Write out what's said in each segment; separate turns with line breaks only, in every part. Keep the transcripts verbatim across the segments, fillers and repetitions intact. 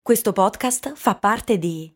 Questo podcast fa parte di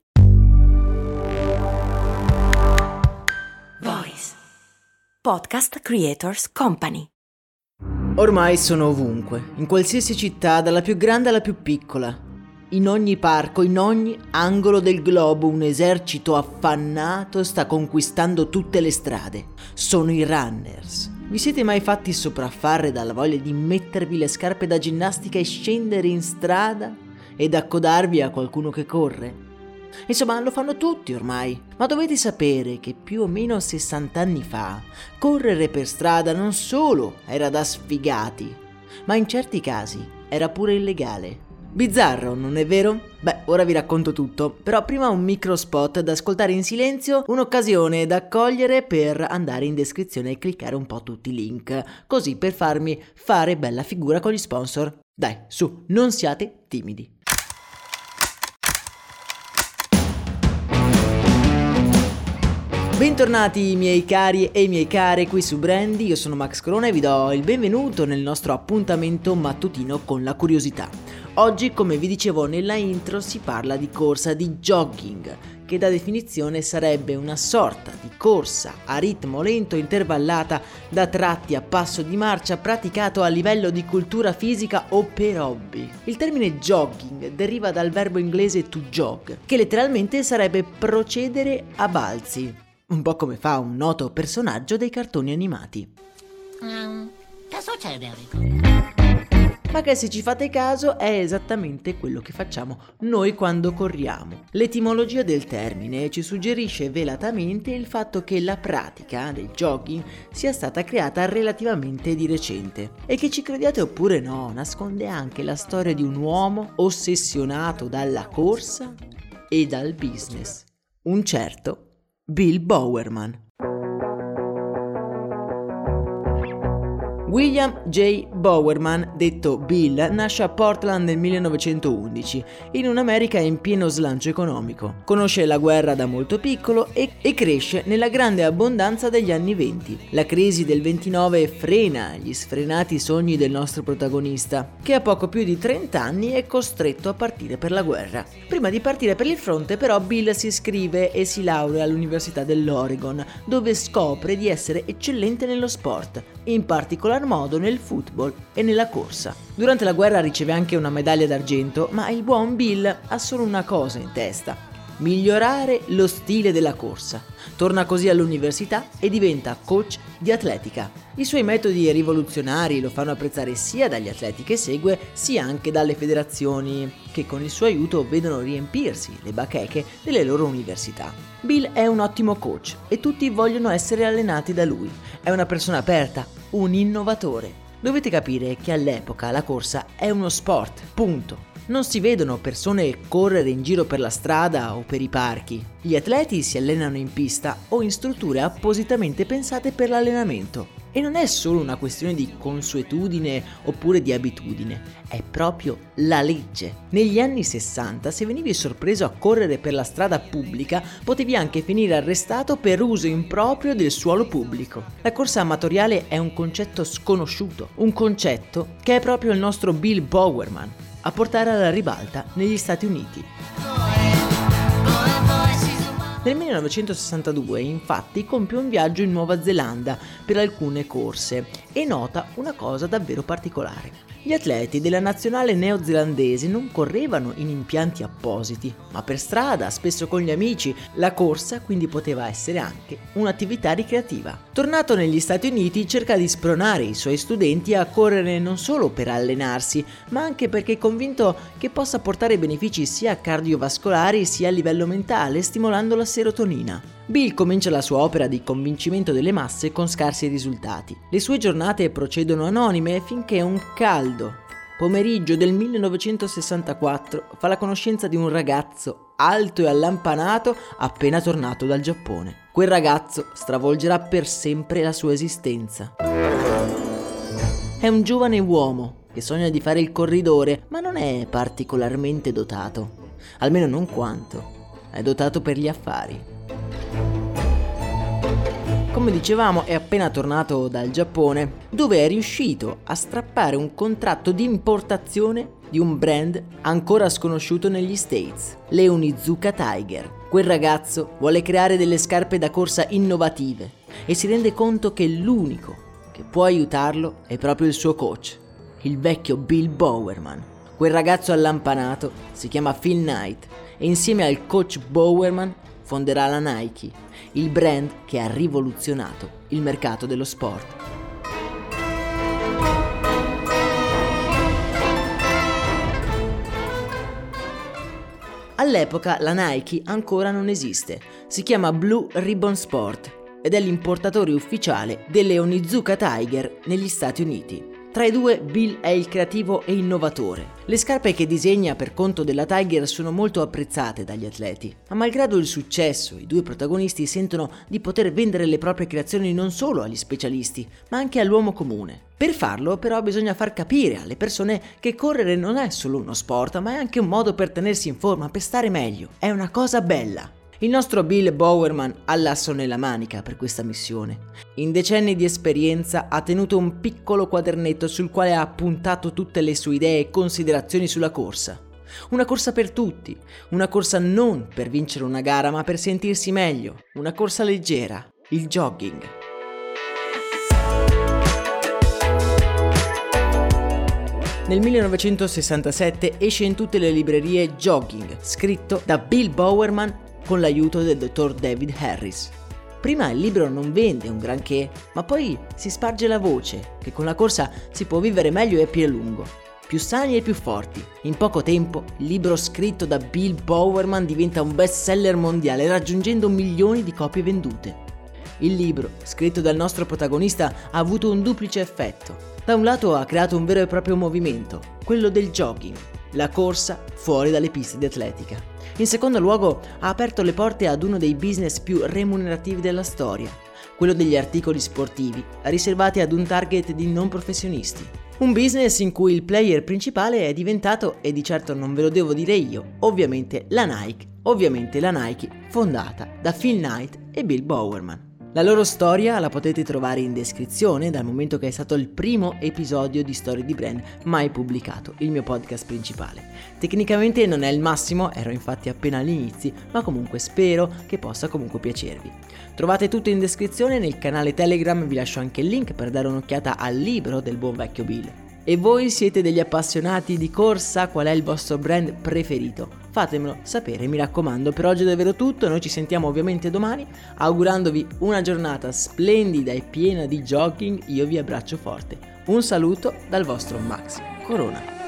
Voice Podcast Creators Company.
Ormai sono ovunque, in qualsiasi città, dalla più grande alla più piccola. In ogni parco, in ogni angolo del globo, un esercito affannato sta conquistando tutte le strade. Sono i runners. Vi siete mai fatti sopraffare dalla voglia di mettervi le scarpe da ginnastica e scendere in strada ed accodarvi a qualcuno che corre? Insomma, lo fanno tutti ormai, ma dovete sapere che più o meno sessanta anni fa correre per strada non solo era da sfigati, ma in certi casi era pure illegale. Bizzarro, non è vero? Beh, ora vi racconto tutto, però prima un micro spot da ascoltare in silenzio, un'occasione da cogliere per andare in descrizione e cliccare un po' tutti i link, così per farmi fare bella figura con gli sponsor. Dai, su, non siate timidi. Bentornati miei cari e miei care qui su Brandy, io sono Max Corona e vi do il benvenuto nel nostro appuntamento mattutino con la curiosità. Oggi, come vi dicevo nella intro, si parla di corsa di jogging, che da definizione sarebbe una sorta di corsa a ritmo lento intervallata da tratti a passo di marcia praticato a livello di cultura fisica o per hobby. Il termine jogging deriva dal verbo inglese to jog, che letteralmente sarebbe procedere a balzi. Un po' come fa un noto personaggio dei cartoni animati.
Um, che succede, Enrico?
Ma che se ci fate caso è esattamente quello che facciamo noi quando corriamo. L'etimologia del termine ci suggerisce velatamente il fatto che la pratica del jogging sia stata creata relativamente di recente e che, ci crediate oppure no, nasconde anche la storia di un uomo ossessionato dalla corsa e dal business, un certo Bill Bowerman. William J. Bowerman, detto Bill, nasce a Portland nel millenovecentoundici, in un'America in pieno slancio economico. Conosce la guerra da molto piccolo e, e cresce nella grande abbondanza degli anni venti. La crisi del ventinove frena gli sfrenati sogni del nostro protagonista, che a poco più di trenta anni è costretto a partire per la guerra. Prima di partire per il fronte, però, Bill si iscrive e si laurea all'Università dell'Oregon, dove scopre di essere eccellente nello sport, in particolar modo nel football e nella corsa. Durante la guerra riceve anche una medaglia d'argento, ma il buon Bill ha solo una cosa in testa: migliorare lo stile della corsa. Torna così all'università e diventa coach di atletica. I suoi metodi rivoluzionari lo fanno apprezzare sia dagli atleti che segue, sia anche dalle federazioni, che con il suo aiuto vedono riempirsi le bacheche delle loro università. Bill è un ottimo coach e tutti vogliono essere allenati da lui. È una persona aperta, un innovatore. Dovete capire che all'epoca la corsa è uno sport, punto. Non si vedono persone correre in giro per la strada o per i parchi. Gli atleti si allenano in pista o in strutture appositamente pensate per l'allenamento. E non è solo una questione di consuetudine oppure di abitudine, è proprio la legge. Negli anni sessanta, se venivi sorpreso a correre per la strada pubblica, potevi anche finire arrestato per uso improprio del suolo pubblico. La corsa amatoriale è un concetto sconosciuto, un concetto che è proprio il nostro Bill Bowerman a portare alla ribalta negli Stati Uniti. Nel millenovecentosessantadue, infatti, compie un viaggio in Nuova Zelanda per alcune corse e nota una cosa davvero particolare. Gli atleti della nazionale neozelandese non correvano in impianti appositi, ma per strada, spesso con gli amici. La corsa quindi poteva essere anche un'attività ricreativa. Tornato negli Stati Uniti, cerca di spronare i suoi studenti a correre non solo per allenarsi, ma anche perché è convinto che possa portare benefici sia cardiovascolari sia a livello mentale, stimolando la serotonina. Bill comincia la sua opera di convincimento delle masse con scarsi risultati. Le sue giornate procedono anonime finché un caldo pomeriggio del millenovecentosessantaquattro fa la conoscenza di un ragazzo alto e allampanato appena tornato dal Giappone. Quel ragazzo stravolgerà per sempre la sua esistenza. È un giovane uomo che sogna di fare il corridore, ma non è particolarmente dotato, almeno non quanto è dotato per gli affari. Come dicevamo, è appena tornato dal Giappone, dove è riuscito a strappare un contratto di importazione di un brand ancora sconosciuto negli States, le Onizuka Tiger. Quel ragazzo vuole creare delle scarpe da corsa innovative e si rende conto che l'unico che può aiutarlo è proprio il suo coach, il vecchio Bill Bowerman. Quel ragazzo allampanato si chiama Phil Knight e insieme al coach Bowerman fonderà la Nike, il brand che ha rivoluzionato il mercato dello sport. All'epoca la Nike ancora non esiste, si chiama Blue Ribbon Sport ed è l'importatore ufficiale delle Onizuka Tiger negli Stati Uniti. Tra i due Bill è il creativo e innovatore. Le scarpe che disegna per conto della Tiger sono molto apprezzate dagli atleti, ma malgrado il successo i due protagonisti sentono di poter vendere le proprie creazioni non solo agli specialisti, ma anche all'uomo comune. Per farlo però bisogna far capire alle persone che correre non è solo uno sport, ma è anche un modo per tenersi in forma, per stare meglio. È una cosa bella. Il nostro Bill Bowerman ha l'asso nella manica per questa missione. In decenni di esperienza ha tenuto un piccolo quadernetto sul quale ha appuntato tutte le sue idee e considerazioni sulla corsa. Una corsa per tutti, una corsa non per vincere una gara ma per sentirsi meglio, una corsa leggera, il jogging. Nel millenovecentosessantasette esce in tutte le librerie Jogging, scritto da Bill Bowerman con l'aiuto del dottor David Harris. Prima il libro non vende un granché, ma poi si sparge la voce che con la corsa si può vivere meglio e più a lungo, più sani e più forti. In poco tempo il libro scritto da Bill Bowerman diventa un bestseller mondiale, raggiungendo milioni di copie vendute. Il libro, scritto dal nostro protagonista, ha avuto un duplice effetto. Da un lato ha creato un vero e proprio movimento, quello del jogging, la corsa fuori dalle piste di atletica. In secondo luogo ha aperto le porte ad uno dei business più remunerativi della storia, quello degli articoli sportivi, riservati ad un target di non professionisti. Un business in cui il player principale è diventato, e di certo non ve lo devo dire io, ovviamente la Nike, ovviamente la Nike fondata da Phil Knight e Bill Bowerman. La loro storia la potete trovare in descrizione, dal momento che è stato il primo episodio di Storie di Brand mai pubblicato, il mio podcast principale. Tecnicamente non è il massimo, ero infatti appena agli inizi, ma comunque spero che possa comunque piacervi. Trovate tutto in descrizione, nel canale Telegram vi lascio anche il link per dare un'occhiata al libro del buon vecchio Bill. E voi siete degli appassionati di corsa? Qual è il vostro brand preferito? Fatemelo sapere, mi raccomando. Per oggi è davvero tutto, noi ci sentiamo ovviamente domani, augurandovi una giornata splendida e piena di jogging. Io vi abbraccio forte. Un saluto dal vostro Max Corona.